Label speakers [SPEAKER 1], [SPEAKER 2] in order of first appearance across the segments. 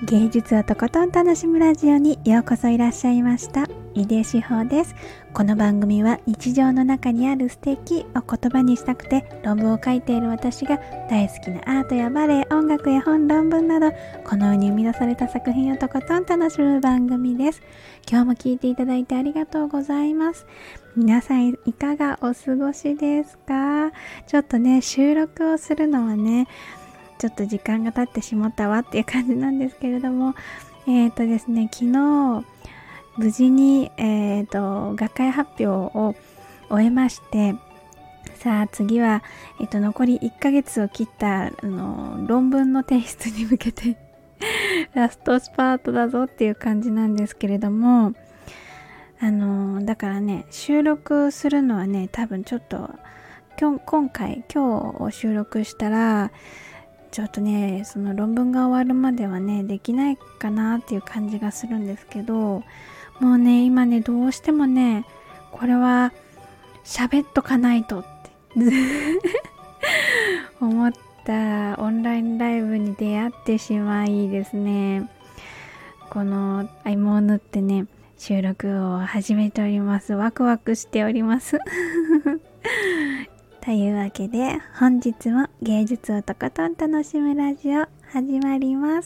[SPEAKER 1] 芸術をとことん楽しむラジオにようこそいらっしゃいました。井出志保です。この番組は日常の中にある素敵を言葉にしたくて論文を書いている私が大好きなアートやバレエ、音楽や本、論文などこの世に生み出された作品をとことん楽しむ番組です。今日も聞いていただいてありがとうございます。皆さんいかがお過ごしですか？ちょっとね、収録をするのはねちょっと時間が経ってしまったわっていう感じなんですけれども、ですね、昨日無事に、学会発表を終えまして、さあ次は、残り1ヶ月を切った論文の提出に向けてラストスパートだぞっていう感じなんですけれども、だからね、収録するのはね、多分ちょっと今日収録したらちょっとね、その論文が終わるまではねできないかなっていう感じがするんですけど、もうね今ねどうしてもねこれは喋っとかないとって思ったオンラインライブに出会ってしまいですね、この合間を縫ってね収録を始めております。ワクワクしておりますというわけで本日も芸術をとことん楽しむラジオ始まります。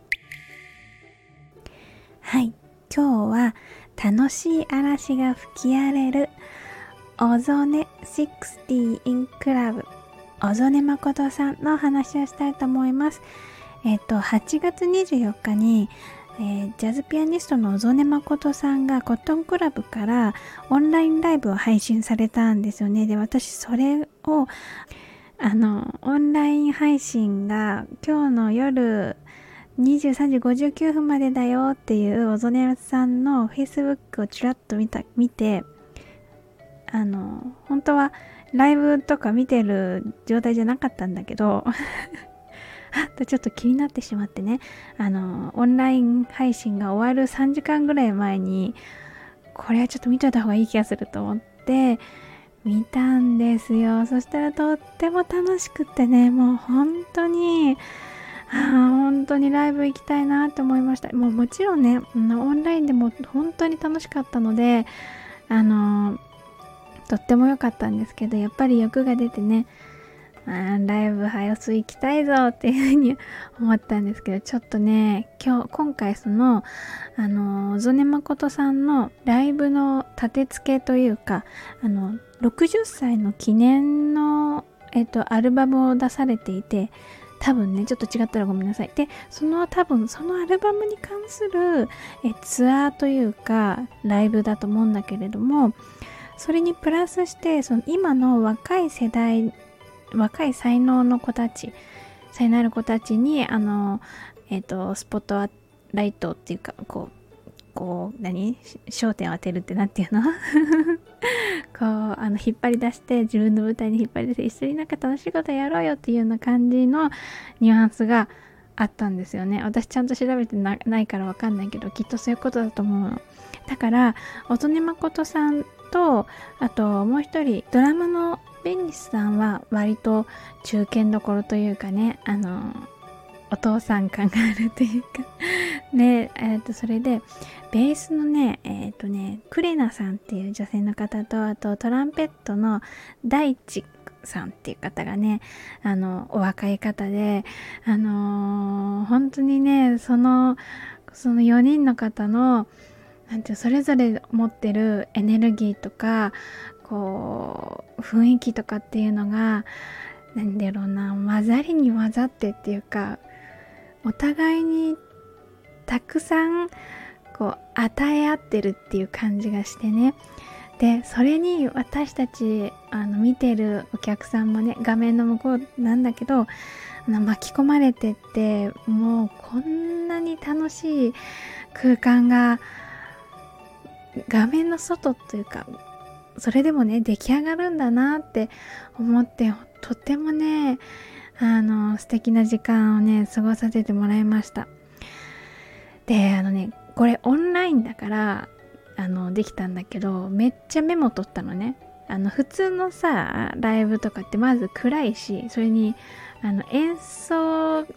[SPEAKER 1] はい、今日は楽しい嵐が吹き荒れる小曽根60 in クラブ小曽根誠さんの話をしたいと思います。8月24日にジャズピアニストの小曽根誠さんがコットンクラブからオンラインライブを配信されたんですよね。で、私それをオンライン配信が今日の夜23時59分までだよっていう小曽根さんの Facebook をちらっと見て、本当はライブとか見てる状態じゃなかったんだけどちょっと気になってしまってね、オンライン配信が終わる3時間ぐらい前にこれはちょっと見といた方がいい気がすると思って見たんですよ。そしたらとっても楽しくってね、もう本当にライブ行きたいなと思いました。もちろんねオンラインでも本当に楽しかったのでとっても良かったんですけど、やっぱり欲が出てね、ライブ早く行きたいぞっていう風に思ったんですけど、ちょっとね今回その小曽根誠さんのライブの立て付けというか60歳の記念の、アルバムを出されていて、多分ねちょっと違ったらごめんなさい。で多分そのアルバムに関するツアーというかライブだと思うんだけれども、それにプラスしてその今の若い世代、若い才能の子たち、才能ある子たちにスポットライトっていうか焦点を当てるってなんていうの引っ張り出して自分の舞台に引っ張り出して一緒になんか楽しいことやろうよっていうような感じのニュアンスがあったんですよね。私ちゃんと調べてないからわかんないけど、きっとそういうことだと思うの。だから小曽根誠さんと、あともう一人ドラムのベニスさんは割と中堅どころというかね、お父さん感があるというかね、それでベースのねクレナさんっていう女性の方と、あとトランペットの大地さんっていう方がねお若い方で本当にねその4人の方のそれぞれ持ってるエネルギーとか雰囲気とかっていうのが混ざりに混ざってっていうか、お互いにたくさん与え合ってるっていう感じがしてね。でそれに私たち見てるお客さんもね、画面の向こうなんだけど巻き込まれてって、もうこんなに楽しい空間が画面の外というかそれでもね出来上がるんだなって思って、とってもね素敵な時間をね過ごさせてもらいました。でこれオンラインだからできたんだけど、めっちゃメモ取ったのね。普通のさライブとかってまず暗いし、それに演奏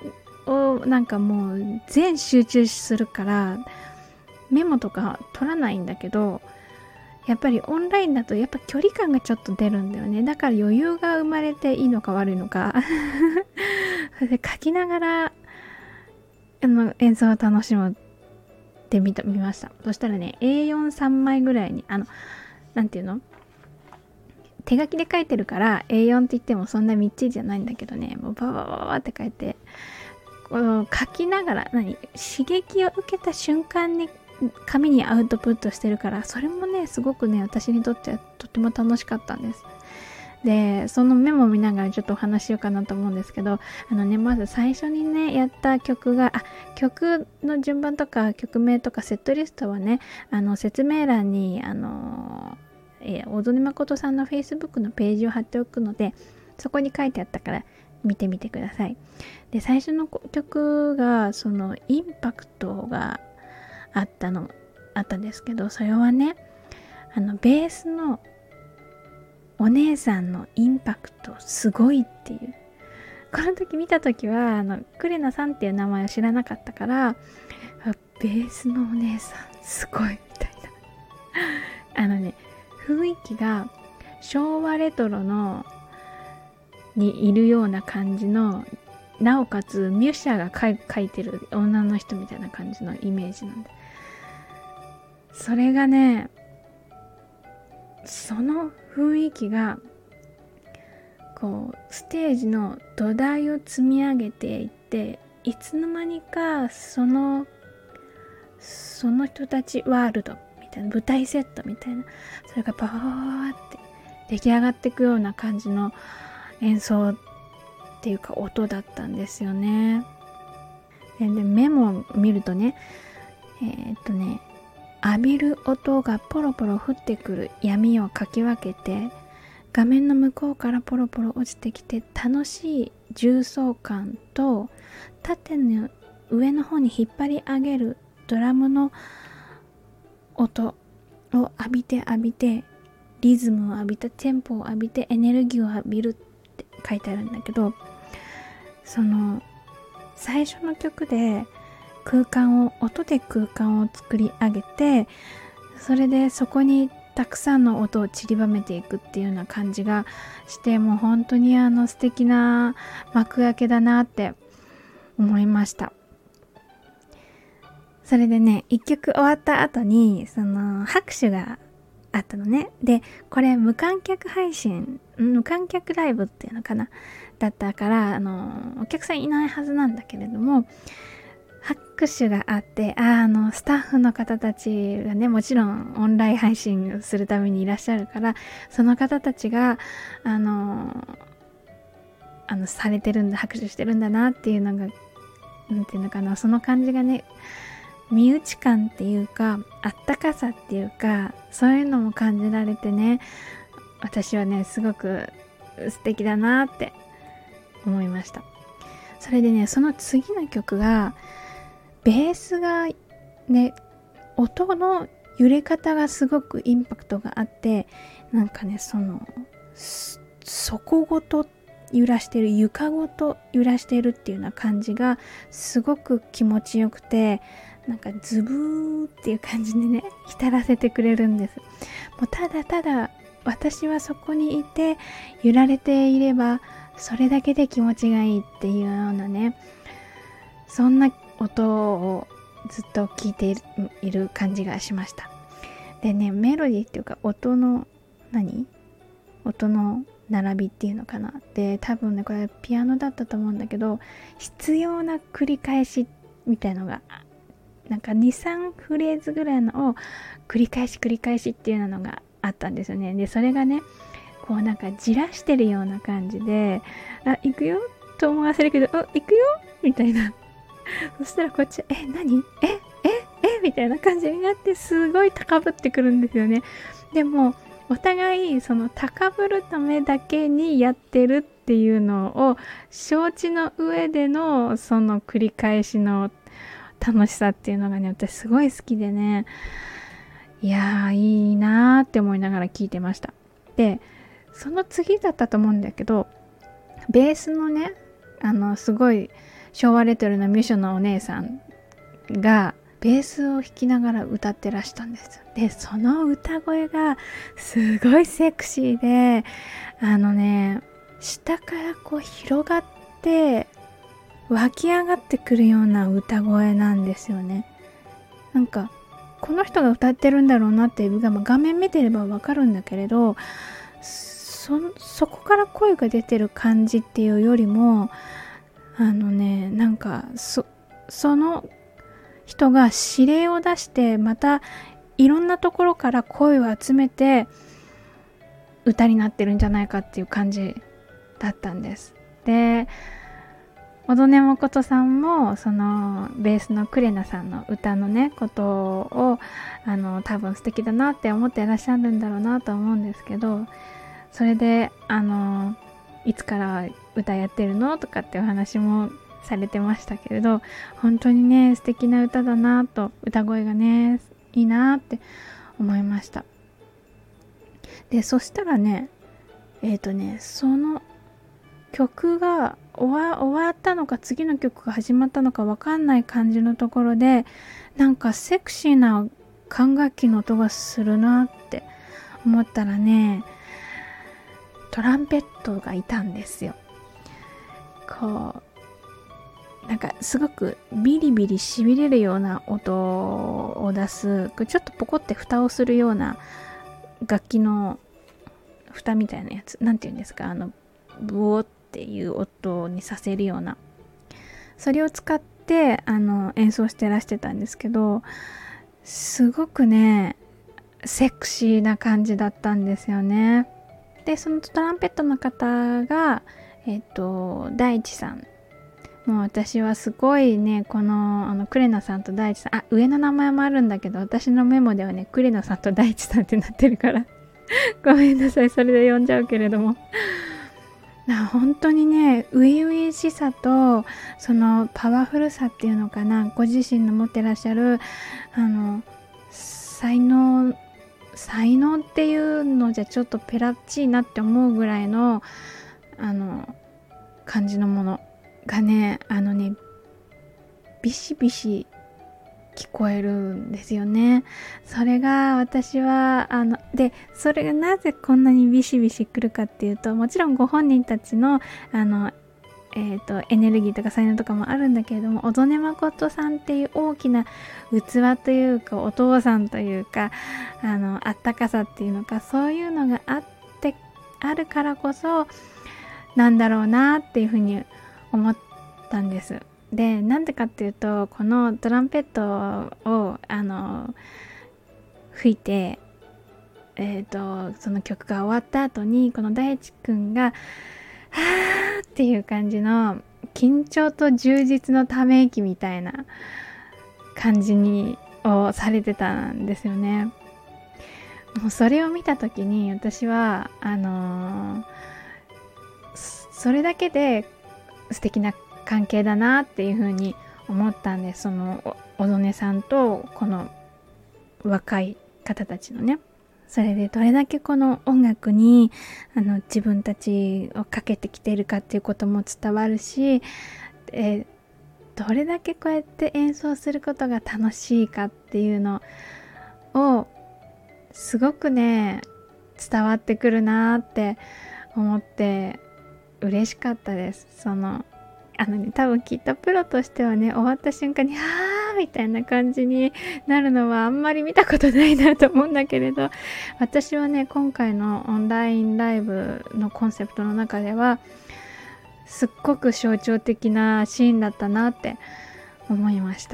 [SPEAKER 1] をなんかもう全集中するからメモとか取らないんだけど、やっぱりオンラインだとやっぱ距離感がちょっと出るんだよね。だから余裕が生まれていいのか悪いのかそれで書きながら演奏を楽しむって見ました。そしたらね A43 枚ぐらいになんていうの、手書きで書いてるから A4 って言ってもそんなみっちりじゃないんだけどね、もうバババババって書いて、この書きながら刺激を受けた瞬間に紙にアウトプットしてるから、それもねすごくね私にとってはとても楽しかったんです。でそのメモを見ながらちょっとお話しようかなと思うんですけど、まず最初にねやった曲が曲の順番とか曲名とかセットリストはね説明欄に小曽根誠さんの Facebook のページを貼っておくので、そこに書いてあったから見てみてください。で最初の曲がそのインパクトがあったんですけど、それはねベースのお姉さんのインパクトすごいっていう、この時見た時はクレナさんっていう名前を知らなかったから、ベースのお姉さんすごいみたいな雰囲気が昭和レトロのにいるような感じの、なおかつミュシャが描いてる女の人みたいな感じのイメージなんで、それがね、その雰囲気がこうステージの土台を積み上げていって、いつの間にかその人たちワールドみたいな、舞台セットみたいな、それがバーって出来上がっていくような感じの演奏っていうか音だったんですよね。でメモを見るとね、浴びる音がポロポロ降ってくる闇をかき分けて、画面の向こうからポロポロ落ちてきて楽しい重層感と、縦の上の方に引っ張り上げるドラムの音を浴びてリズムを浴びてテンポを浴びてエネルギーを浴びるって書いてあるんだけど、その最初の曲で音で空間を作り上げて、それでそこにたくさんの音を散りばめていくっていうような感じがして、もう本当に素敵な幕開けだなって思いました。それでね、一曲終わった後にその拍手があったのね。でこれ無観客ライブっていうのかなだったから、お客さんいないはずなんだけれども、拍手があって、スタッフの方たちがね、もちろんオンライン配信するためにいらっしゃるから、その方たちがされてるんだ、拍手してるんだなっていうのが、なんていうのかな、その感じがね、身内感っていうか、あったかさっていうか、そういうのも感じられてね、私はね、すごく素敵だなって思いました。それでね、その次の曲がベースがね、音の揺れ方がすごくインパクトがあって、なんかね、底ごと揺らしてる、床ごと揺らしてるっていうような感じがすごく気持ちよくて、なんかズブーっていう感じでね、浸らせてくれるんです。もうただただ私はそこにいて揺られていればそれだけで気持ちがいいっていうようなね、そんな音をずっと聞いている感じがしました。でね、メロディーっていうか音の並びっていうのかな。で多分ね、これピアノだったと思うんだけど、必要な繰り返しみたいのがなんか 2,3 フレーズぐらいのを繰り返しっていうのがあったんですよね。でそれがね、こうなんかじらしてるような感じで、行くよと思わせるけど、行くよみたいなそしたらこっち何みたいな感じになって、すごい高ぶってくるんですよね。でもお互いその高ぶるためだけにやってるっていうのを承知の上でのその繰り返しの楽しさっていうのがね、私すごい好きでね、いやーいいなーって思いながら聴いてました。でその次だったと思うんだけど、ベースのねすごい昭和レトロのミュショのお姉さんがベースを弾きながら歌ってらしたんです。でその歌声がすごいセクシーで、下からこう広がって湧き上がってくるような歌声なんですよね。なんかこの人が歌ってるんだろうなって画面見てればわかるんだけれど、そこから声が出てる感じっていうよりもなんかその人が指令を出してまたいろんなところから声を集めて歌になってるんじゃないかっていう感じだったんです。で小曽根誠さんもそのベースのクレナさんの歌のねことを多分素敵だなって思っていらっしゃるんだろうなと思うんですけど、それでいつから歌やってるのとかっていう話もされてましたけれど、本当にね素敵な歌だなと、歌声がねいいなって思いました。でそしたらねその曲が終わったのか次の曲が始まったのか分かんない感じのところで、なんかセクシーな管楽器の音がするなって思ったらね、トランペットがいたんですよ。こうなんかすごくビリビリしびれるような音を出す、ちょっとポコって蓋をするような楽器の蓋みたいなやつ、なんていうんですか、ブオっていう音にさせるような、それを使って演奏してらしてたんですけど、すごくねセクシーな感じだったんですよね。でそのトランペットの方が大地さん、もう私はすごいねこのクレナさんと大地さん、上の名前もあるんだけど私のメモではねクレナさんと大地さんってなってるからごめんなさい、それで呼んじゃうけれども本当にね初々しさとそのパワフルさっていうのかな、ご自身の持ってらっしゃる才能っていうのじゃちょっとペラッチーなって思うぐらいの感じのものがねビシビシ聞こえるんですよね。それが私はでそれがなぜこんなにビシビシくるかっていうと、もちろんご本人たちのエネルギーとか才能とかもあるんだけれども、小曽根誠さんっていう大きな器というかお父さんというかあったかさっていうのか、そういうのがあるからこそなんだろうなっていうふうに思ったんです。でなんでかっていうと、このトランペットを吹いてその曲が終わった後にこの大地くんがはーっていう感じの緊張と充実のため息みたいな感じをされてたんですよね。もうそれを見た時に私はそれだけで素敵な関係だなっていう風に思ったんです。その小曽根さんとこの若い方たちのね、それでどれだけこの音楽に自分たちをかけてきているかっていうことも伝わるし、どれだけこうやって演奏することが楽しいかっていうのをすごくね伝わってくるなって思って嬉しかったです。多分きっとプロとしてはね終わった瞬間にみたいな感じになるのはあんまり見たことないなと思うんだけれど、私はね今回のオンラインライブのコンセプトの中ではすっごく象徴的なシーンだったなって思いました。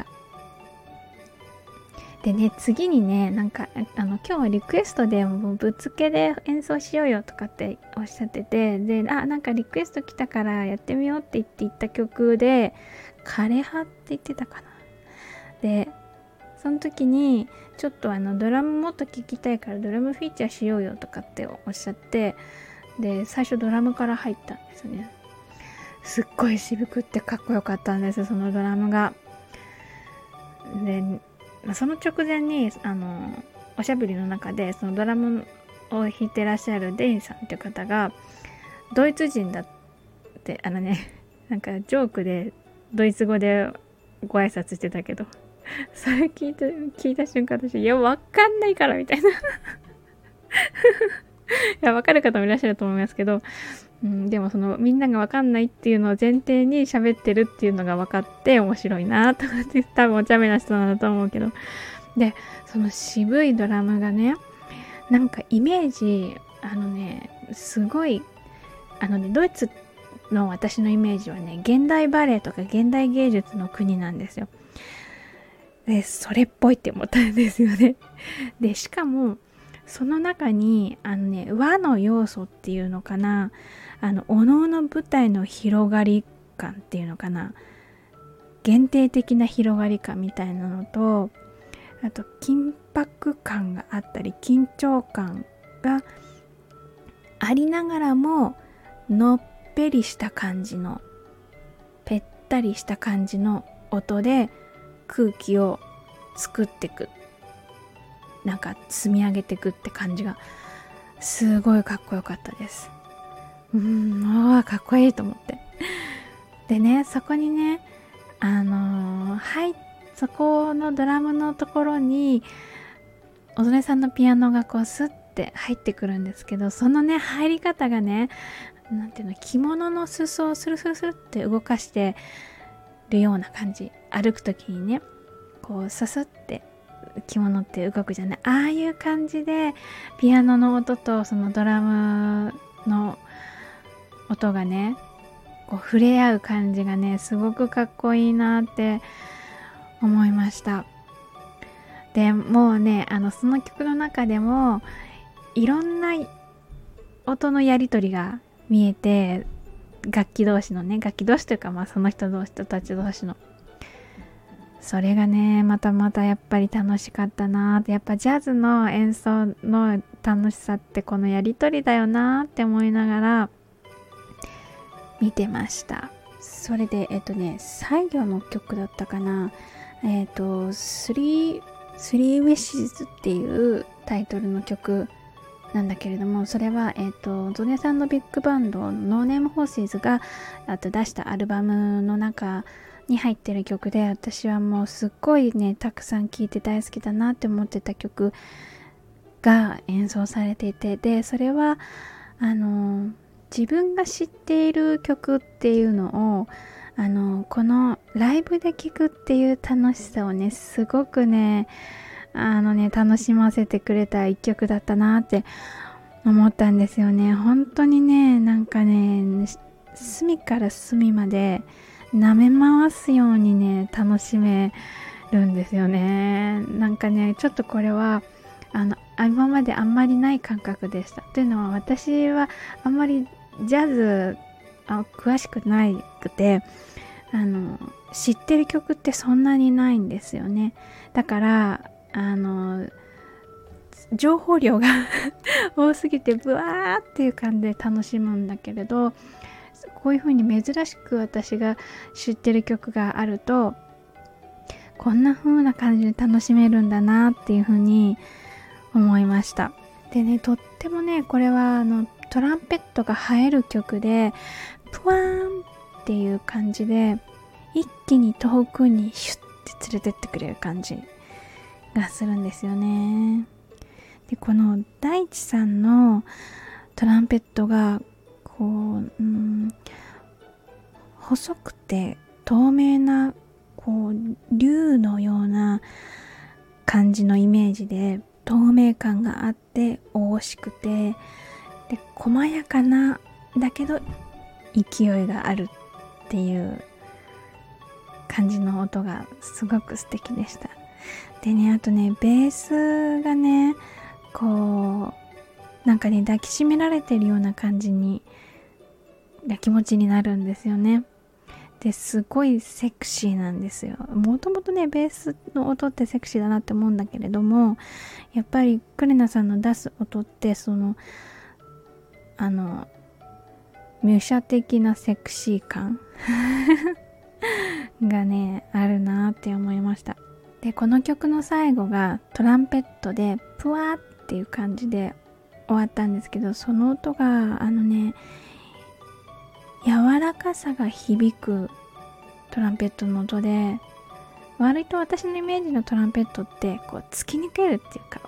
[SPEAKER 1] でね次にね今日はリクエストでもうぶっつけで演奏しようよとかっておっしゃってて、でリクエスト来たからやってみようって言った曲で枯葉って言ってたかな。でその時にちょっとドラムもっと聴きたいからドラムフィーチャーしようよとかっておっしゃって、で最初ドラムから入ったんですね。すっごい渋くってかっこよかったんです、そのドラムが。でその直前におしゃべりの中でそのドラムを弾いてらっしゃるデインさんっていう方がドイツ人だってジョークでドイツ語でご挨拶してたけど、それ聞いた瞬間私、いや、わかんないからみたいな。いや、わかる方もいらっしゃると思いますけど、でもみんながわかんないっていうのを前提に喋ってるっていうのが分かって面白いなと思って、多分お茶目な人なんだと思うけど。で、その渋いドラムがね、なんかイメージ、すごい、ドイツの私のイメージはね、現代バレエとか現代芸術の国なんですよ。で、それっぽいって思ったんですよね。で、しかも、その中に、和の要素っていうのかな、おのおの舞台の広がり感っていうのかな、限定的な広がり感みたいなのと、あと緊迫感があったり緊張感がありながらものっぺりした感じのぺったりした感じの音で空気を作っていく、なんか積み上げていくって感じがすごいかっこよかったです。かっこいいと思って。でね、そこにね、そこのドラムのところに小曽根さんのピアノがこうスッて入ってくるんですけど、そのね入り方がね、なんていうの、着物の裾をスルスルスルって動かしてるような感じ。歩くときにね、こうススって着物って動くじゃない、ああいう感じでピアノの音とそのドラムの音がね、こう触れ合う感じがね、すごくかっこいいなって思いました。でもうね、その曲の中でもいろんな音のやり取りが見えて、楽器同士というか、その人たち同士の、それがねまたやっぱり楽しかったなって。やっぱジャズの演奏の楽しさってこのやり取りだよなって思いながら見てました。それで最後の曲だったかな、スリーウィッシズっていうタイトルの曲なんだけれども、それはゾネさんのビッグバンドノーネームホーシーズが出したアルバムの中に入ってる曲で、私はもうすっごいねたくさん聴いて大好きだなって思ってた曲が演奏されていて、でそれは自分が知っている曲っていうのをこのライブで聴くっていう楽しさをね、すごくね楽しませてくれた一曲だったなって思ったんですよね。本当にね、なんかね、隅から隅まで舐め回すようにね楽しめるんですよね。なんかね、ちょっとこれは今まであんまりない感覚でした。というのは、私はあんまりジャズ詳しくなくて、知ってる曲ってそんなにないんですよね。だから情報量が多すぎてブワーっていう感じで楽しむんだけれど、こういう風に珍しく私が知ってる曲があると、こんな風な感じで楽しめるんだなっていう風に思いました。でね、とってもね、これはトランペットが映える曲で、プワーンっていう感じで一気に遠くにシュッて連れてってくれる感じがするんですよね。でこの大地さんのトランペットがこう、細くて透明なこう竜のような感じのイメージで、透明感があって大しくて、で細やかなだけど勢いがあるっていう感じの音がすごく素敵でした。でね、あとね、ベースがね、こうなんかね、抱きしめられてるような感じに気持ちになるんですよね。ですごいセクシーなんですよ。もともとね、ベースの音ってセクシーだなって思うんだけれども、やっぱりクレナさんの出す音ってミュシャ的なセクシー感がねあるなって思いました。でこの曲の最後がトランペットでプワーっていう感じで終わったんですけど、その音が柔らかさが響くトトランペットの音で、割と私のイメージのトランペットってこう突き抜けるっていうか、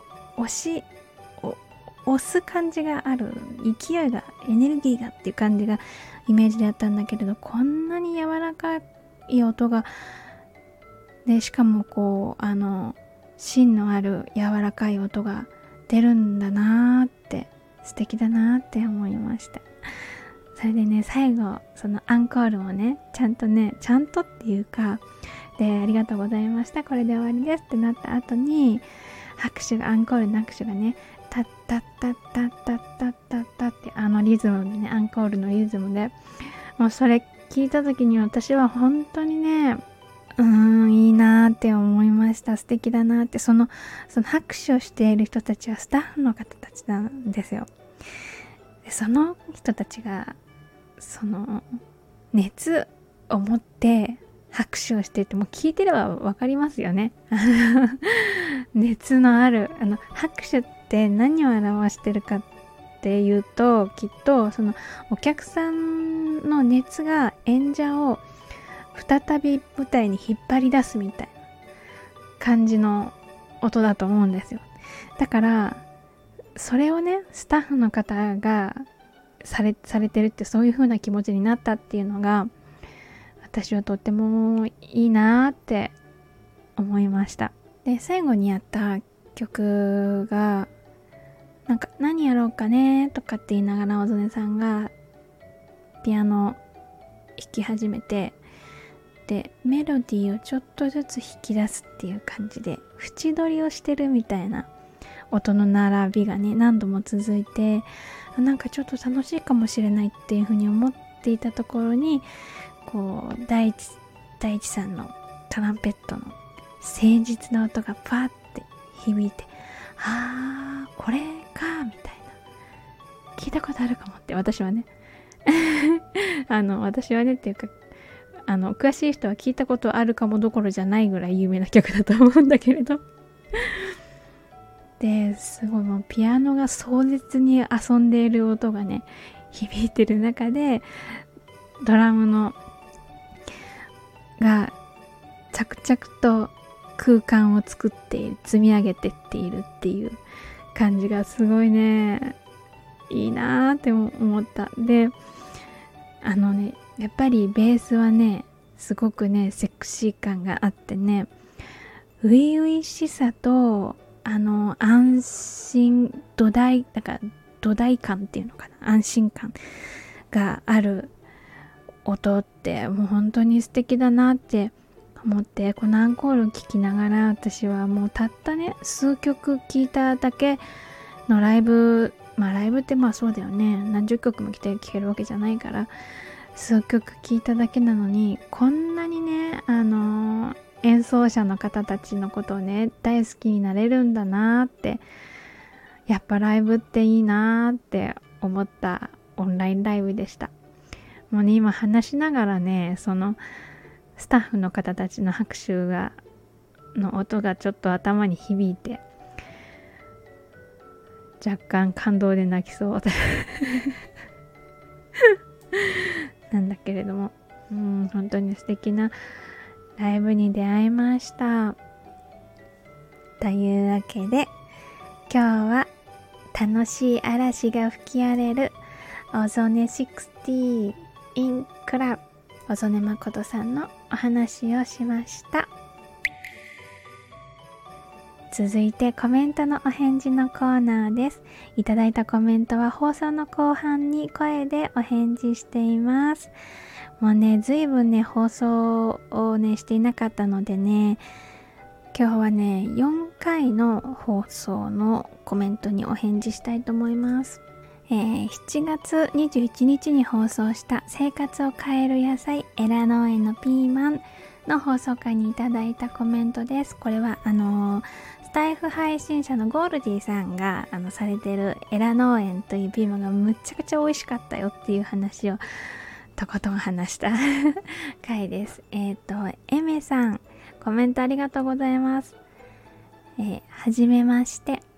[SPEAKER 1] 押す感じがある、勢いが、エネルギーがっていう感じがイメージであったんだけれど、こんなに柔らかい音がで、しかもこう芯のある柔らかい音が出るんだなーって、素敵だなーって思いました。それでね、最後そのアンコールをね、ちゃんとっていうかで、ありがとうございました、これで終わりですってなった後に、アンコールの拍手がね、タッタッタッタッタッタッタッタってリズムでね、アンコールのリズムで、もうそれ聞いた時に私は本当にね、いいなーって思いました。素敵だなーって。その拍手をしている人たちはスタッフの方たちなんですよ。でその人たちがその熱を持って拍手をしていて、も聞いてればわかりますよね。熱のある拍手って何を表してるかっていうと、きっとそのお客さんの熱が演者を再び舞台に引っ張り出すみたいな感じの音だと思うんですよ。だからそれをね、スタッフの方がされてるって、そういう風な気持ちになったっていうのが、私はとってもいいなって思いました。で、最後にやった曲がなんか、何やろうかねとかって言いながら小曽根さんがピアノ弾き始めて、でメロディーをちょっとずつ引き出すっていう感じで縁取りをしてるみたいな音の並びがね、何度も続いて、なんかちょっと楽しいかもしれないっていうふうに思っていたところに、こう大地さんのトランペットの誠実な音がパーって響いて、これかみたいな、聞いたことあるかもって、私はね私はねっていうか、詳しい人は聞いたことあるかもどころじゃないぐらい有名な曲だと思うんだけれどですごい、もうピアノが壮絶に遊んでいる音がね、響いてる中で、ドラムのが着々と空間を作っている、積み上げてっているっていう感じがすごいね、いいなーって思った。で、やっぱりベースはね、すごくね、セクシー感があってね、初々しさと安心土台感っていうのかな、安心感がある音ってもう本当に素敵だなって思って、このアンコールを聴きながら、私はもうたったね、数曲聴いただけのライブってそうだよね、何十曲も聴けるわけじゃないから、数曲聴いただけなのに、こんなにね、演奏者の方たちのことをね、大好きになれるんだなーって、やっぱライブっていいなーって思ったオンラインライブでした。もうね、今話しながらね、そのスタッフの方たちの拍手の音がちょっと頭に響いて、若干感動で泣きそうなんだけれども、本当に素敵なライブに出会いました。というわけで、今日は楽しい嵐が吹き荒れる小曽根60 in クラブ、小曽根誠さんのお話をしました。続いてコメントのお返事のコーナーです。いただいたコメントは放送の後半に声でお返事しています。もうね、ずいぶんね、放送をね、していなかったのでね、今日はね、4回の放送のコメントにお返事したいと思います。7月21日に放送した生活を変える野菜、エラ農園のピーマンの放送回にいただいたコメントです。これはスタイフ配信者のゴールディさんがされてるエラ農園というピーマンがむちゃくちゃ美味しかったよっていう話をとことん話した回です。エメさん、コメントありがとうございます。はじめまして。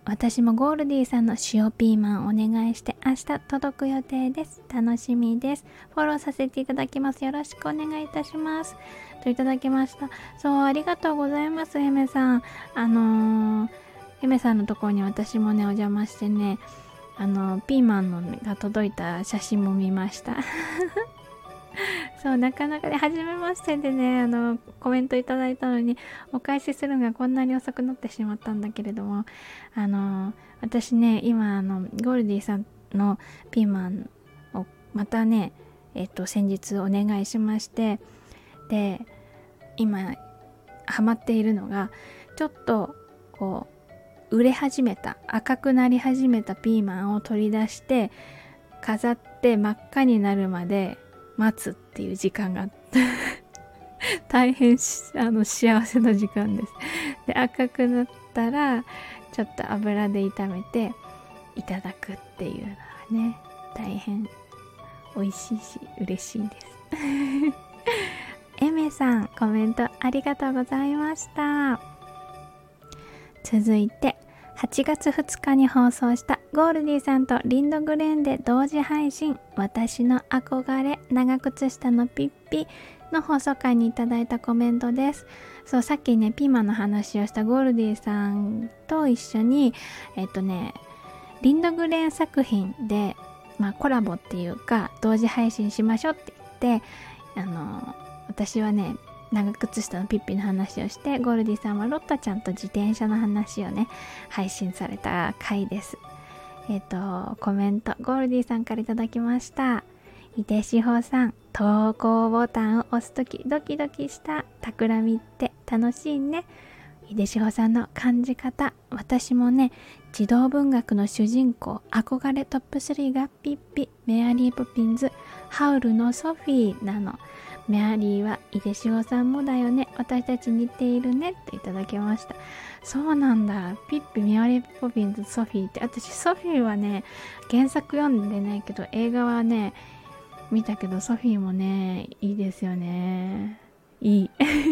[SPEAKER 1] 私もゴールディさんの塩ピーマンお願いして明日届く予定です。楽しみです。フォローさせていただきます。よろしくお願いいたします。といただきました。そう、ありがとうございます、エメさん。エメさんのところに私もね、お邪魔してね、ピーマンのが届いた写真も見ました。そう、なかなかね、初めましてでね、コメントいただいたのに、お返しするのがこんなに遅くなってしまったんだけれども、私ね、今、ゴールディさんのピーマンをまたね、先日お願いしまして、で、今、ハマっているのが、ちょっと、こう、売れ始めた、赤くなり始めたピーマンを取り出して、飾って真っ赤になるまで、待つっていう時間があった大変幸せな時間です。で、赤くなったらちょっと油で炒めていただくっていうのはね、大変美味しいし嬉しいですエメさん、コメントありがとうございました。続いて8月2日に放送したゴールディさんとリンドグレーンで同時配信、私の憧れ長靴下のピッピの放送回にいただいたコメントです。そう、さっきねピーマンの話をしたゴールディさんと一緒にリンドグレーン作品で、コラボっていうか同時配信しましょうって言って、私はね長靴下のピッピの話をして、ゴールディさんはロッタちゃんと自転車の話をね配信された回です。コメントゴールディさんからいただきました。井出志保さん、投稿ボタンを押すときドキドキした。企みって楽しいね。井出志保さんの感じ方、私もね児童文学の主人公憧れトップ3がピッピ、メアリー・ポピンズ、ハウルのソフィーなの。メアリーは井出志保さんもだよね、私たち似ているねといただきました。そうなんだ、ピッピ、メアリー・ポピンズ、ソフィーって、私ソフィーはね原作読んでないけど映画はね見たけど、ソフィーもねいいですよね。いい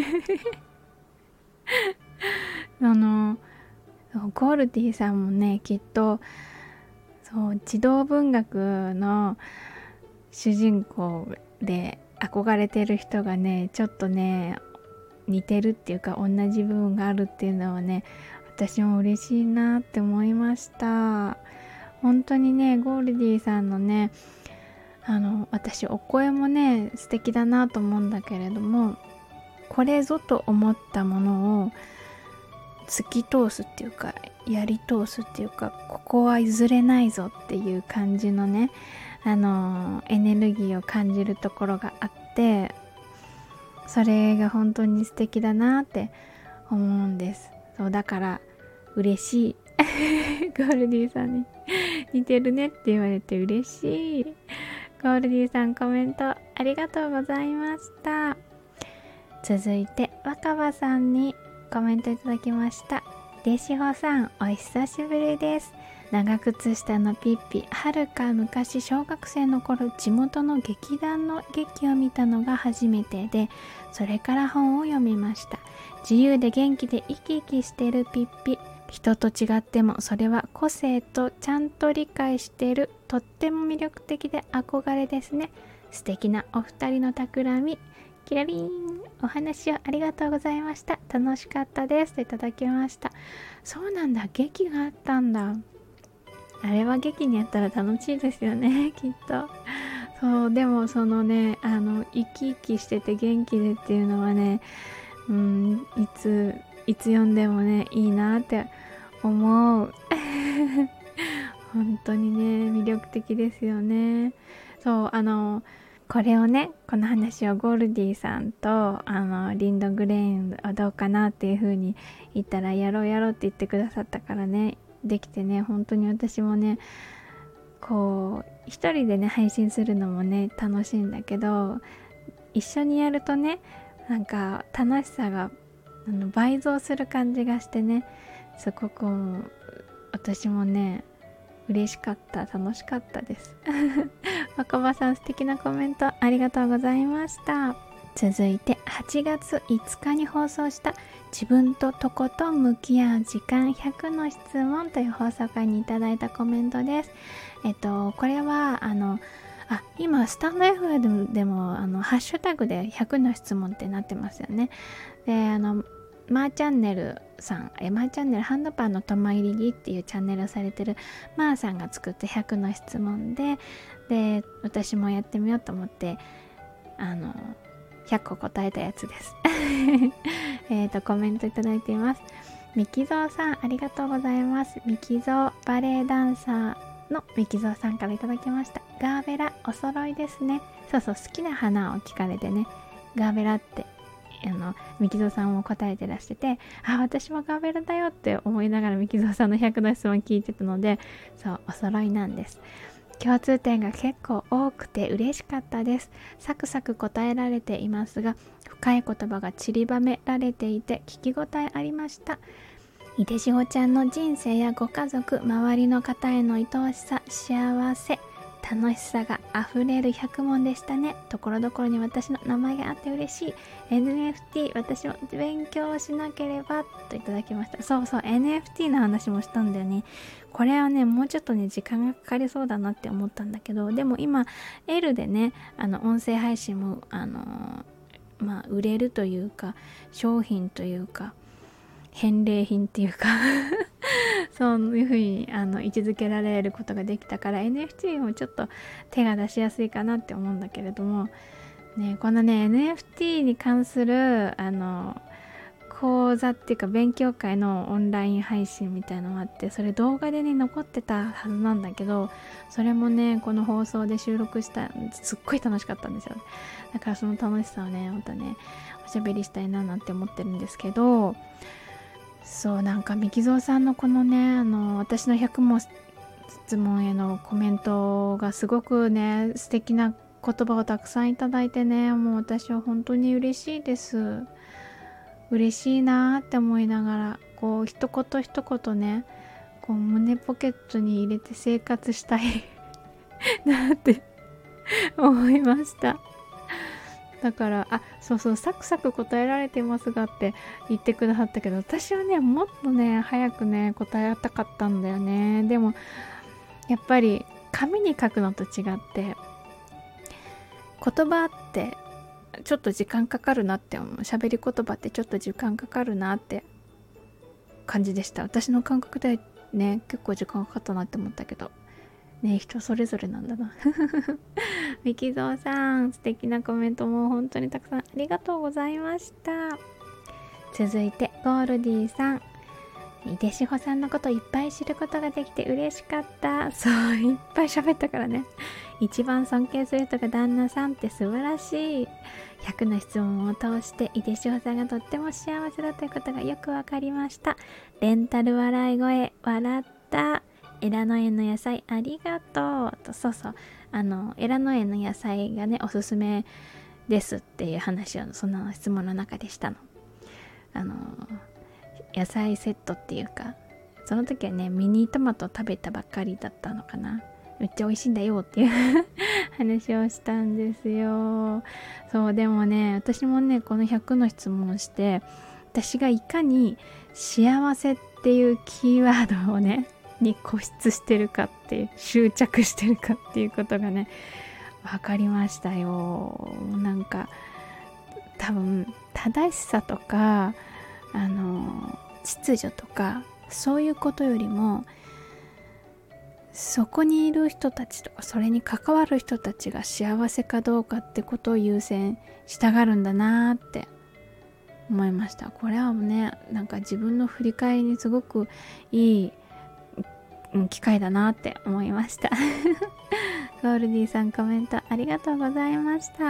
[SPEAKER 1] ゴールディさんもねきっとそう児童文学の主人公で憧れてる人がねちょっとね似てるっていうか同じ部分があるっていうのはね、私も嬉しいなって思いました。本当にねゴールディさんのね私お声もね素敵だなと思うんだけれども、これぞと思ったものを突き通すっていうかやり通すっていうか、ここは譲れないぞっていう感じのねエネルギーを感じるところがあって、それが本当に素敵だなって思うんです。そうだから嬉しいゴールディさんに似てるねって言われて嬉しい。ゴールディさんコメントありがとうございました。続いて若葉さんにコメントいただきました。でしほさん、お久しぶりです。長靴下のピッピ、はるか昔小学生の頃地元の劇団の劇を見たのが初めてで、それから本を読みました。自由で元気で生き生きしてるピッピ、人と違ってもそれは個性とちゃんと理解してる、とっても魅力的で憧れですね。素敵なお二人の企み、キラリン、お話をありがとうございました。楽しかったですといただきました。そうなんだ、劇があったんだ。あれは劇にやったら楽しいですよねきっと。そうでもそのね生き生きしてて元気でっていうのはね、いつ読んでもねいいなって思う本当にね魅力的ですよね。そうこれをねこの話をゴールディさんとリンドグレーンはどうかなっていう風に言ったらやろうって言ってくださったからねできてね、本当に私もねこう一人でね配信するのもね楽しいんだけど、一緒にやるとねなんか楽しさが倍増する感じがしてね、すごく私もね嬉しかった、楽しかったです若葉さん素敵なコメントありがとうございました。 続いて8月5日に放送した自分ととことん向き合う時間100の質問という放送回にいただいたコメントです。これは今スタンド FM でもハッシュタグで100の質問ってなってますよね。でマーチャンネルさん、マーチャンネルハンドパンのとま入りっていうチャンネルをされてるマーさんが作った100の質問で私もやってみようと思って100個答えたやつですコメントいただいています。ミキゾーさん、ありがとうございます。ミキゾーバレエダンサーのミキゾーさんからいただきました。ガーベラお揃いですね。そうそう、好きな花を聞かれてね、ガーベラってミキゾーさんも答えてらしてて、私もガーベラだよって思いながらミキゾーさんの100の質問聞いてたので、そう、お揃いなんです。共通点が結構多くて嬉しかったです。サクサク答えられていますが、深い言葉が散りばめられていて聞き応えありました。井出志保ちゃんの人生やご家族、周りの方への愛おしさ、幸せ、楽しさがあふれる100問でしたね。ところどころに私の名前があって嬉しい。 NFT 私も勉強しなければといただきました。そうそう、 NFT の話もしたんだよね。これはね、もうちょっとね時間がかかりそうだなって思ったんだけど、でも今 L でね音声配信も売れるというか、商品というか返礼品っていうかそういうふうに位置づけられることができたから NFT もちょっと手が出しやすいかなって思うんだけれどもね、このね NFT に関する講座っていうか勉強会のオンライン配信みたいなのがあって、それ動画でね残ってたはずなんだけど、それもねこの放送で収録したすっごい楽しかったんですよ。だからその楽しさをねまたねおしゃべりしたいななんて思ってるんですけど、そうなんかミキゾーさんのこのね私の100問質問へのコメントがすごくね素敵な言葉をたくさんいただいてね、もう私は本当に嬉しいです。嬉しいなーって思いながらこう一言一言ねこう胸ポケットに入れて生活したいなって思いました。だからそうそう、サクサク答えられてますがって言ってくださったけど、私はねもっとね早くね答えたかったんだよね。でもやっぱり紙に書くのと違って言葉ってちょっと時間かかるなって思う。喋り言葉ってちょっと時間かかるなって感じでした。私の感覚でね結構時間かかったなって思ったけどね、人それぞれなんだなミキゾーさん、素敵なコメントも本当にたくさんありがとうございました。続いてゴールディさん、井出志保さんのこといっぱい知ることができて嬉しかった。そう、いっぱい喋ったからね。一番尊敬する人が旦那さんって素晴らしい。100の質問を通して井出志保さんがとっても幸せだということがよくわかりました。レンタル笑い声、笑った。エラノ園の野菜ありがとうと、そうそうエラノ園の野菜がねおすすめですっていう話をその質問の中でしたの。野菜セットっていうか、その時はねミニトマト食べたばっかりだったのかな、めっちゃ美味しいんだよっていう話をしたんですよ。そうでもね私もねこの100の質問をして私がいかに幸せっていうキーワードをねに固執してるかっていう執着してるかっていうことがね分かりましたよ。なんか多分正しさとか秩序とかそういうことよりもそこにいる人たちとかそれに関わる人たちが幸せかどうかってことを優先したがるんだなって思いました。これはねなんか自分の振り返りにすごくいい機会だなって思いましたゴールディさんコメントありがとうございました。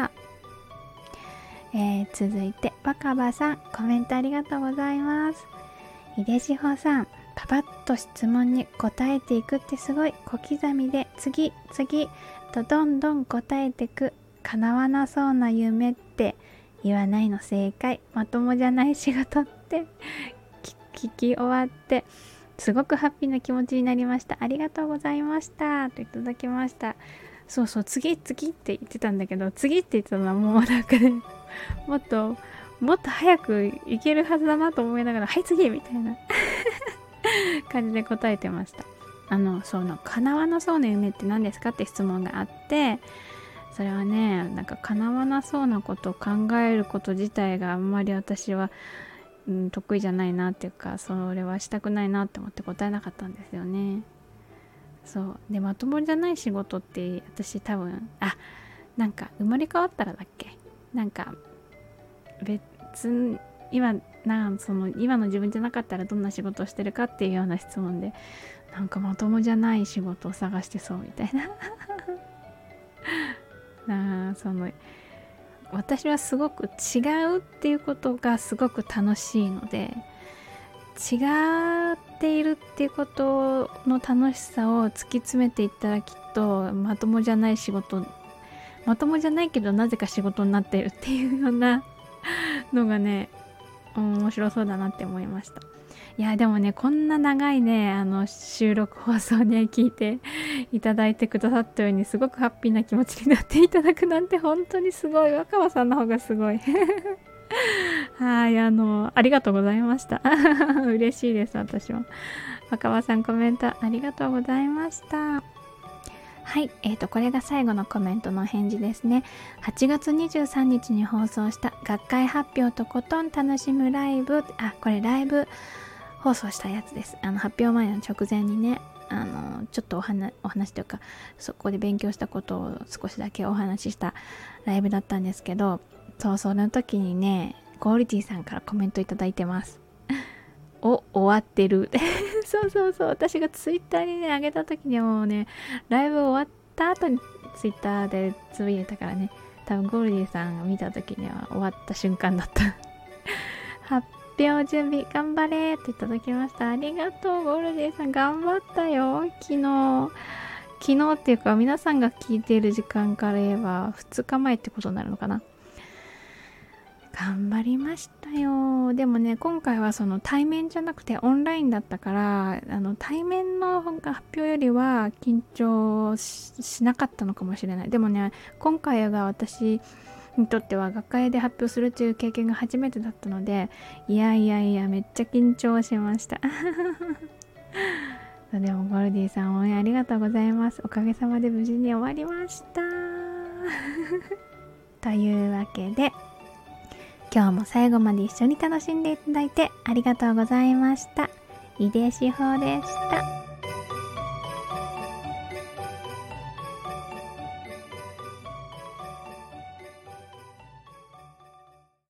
[SPEAKER 1] 続いてバカバさんコメントありがとうございます。井出志保さんパパッと質問に答えていくってすごい。小刻みで次とどんどん答えてく。叶わなそうな夢って言わないの正解。まともじゃない仕事って聞き終わってすごくハッピーな気持ちになりました。ありがとうございましたといただきました。そうそう、次って言ってたんだけど、次って言ってたのはもうなんかねもっと早く行けるはずだなと思いながら、はい次みたいな感じで答えてました。叶わなそうな夢って何ですかって質問があって、それはね、なんか叶わなそうなことを考えること自体があんまり私は、得意じゃないなっていうか、それはしたくないなって思って答えなかったんですよね。そうで、まともじゃない仕事って私多分なんか生まれ変わったらだっけ、なんか別に今の自分じゃなかったらどんな仕事をしてるかっていうような質問で、なんかまともじゃない仕事を探してそうみたいな私はすごく違うっていうことがすごく楽しいので、違っているっていうことの楽しさを突き詰めていったら、きっとまともじゃないけどなぜか仕事になっているっていうようなのがね、面白そうだなって思いました。いやでもね、こんな長いね収録放送に聞いていただいてくださったように、すごくハッピーな気持ちになっていただくなんて本当にすごい。若葉さんの方がすごいはい、ありがとうございました嬉しいです。私も若葉さん、コメントありがとうございました。はい、これが最後のコメントの返事ですね。8月23日に放送した学会発表とことん楽しむライブ、これライブ放送したやつです。発表前の直前にね、ちょっとお話というか、そこで勉強したことを少しだけお話ししたライブだったんですけど、その時にね、ゴールディさんからコメントいただいてます。終わってるそう私がツイッターにね上げた時にはもうね、ライブ終わった後にツイッターでつぶやいたからね、多分ゴールディさんが見た時には終わった瞬間だった発表準備頑張れっていただきました。ありがとうゴールディさん、頑張ったよ。昨日っていうか、皆さんが聞いている時間から言えば2日前ってことになるのかな。頑張りましたよ。でもね、今回はその対面じゃなくてオンラインだったから、対面の発表よりは緊張 しなかったのかもしれない。でもね、今回が私にとっては学会で発表するという経験が初めてだったので、いやめっちゃ緊張しましたでもゴールディさん、応援ありがとうございます。おかげさまで無事に終わりましたというわけで、今日も最後まで一緒に楽しんでいただいてありがとうございました。井出志保でした。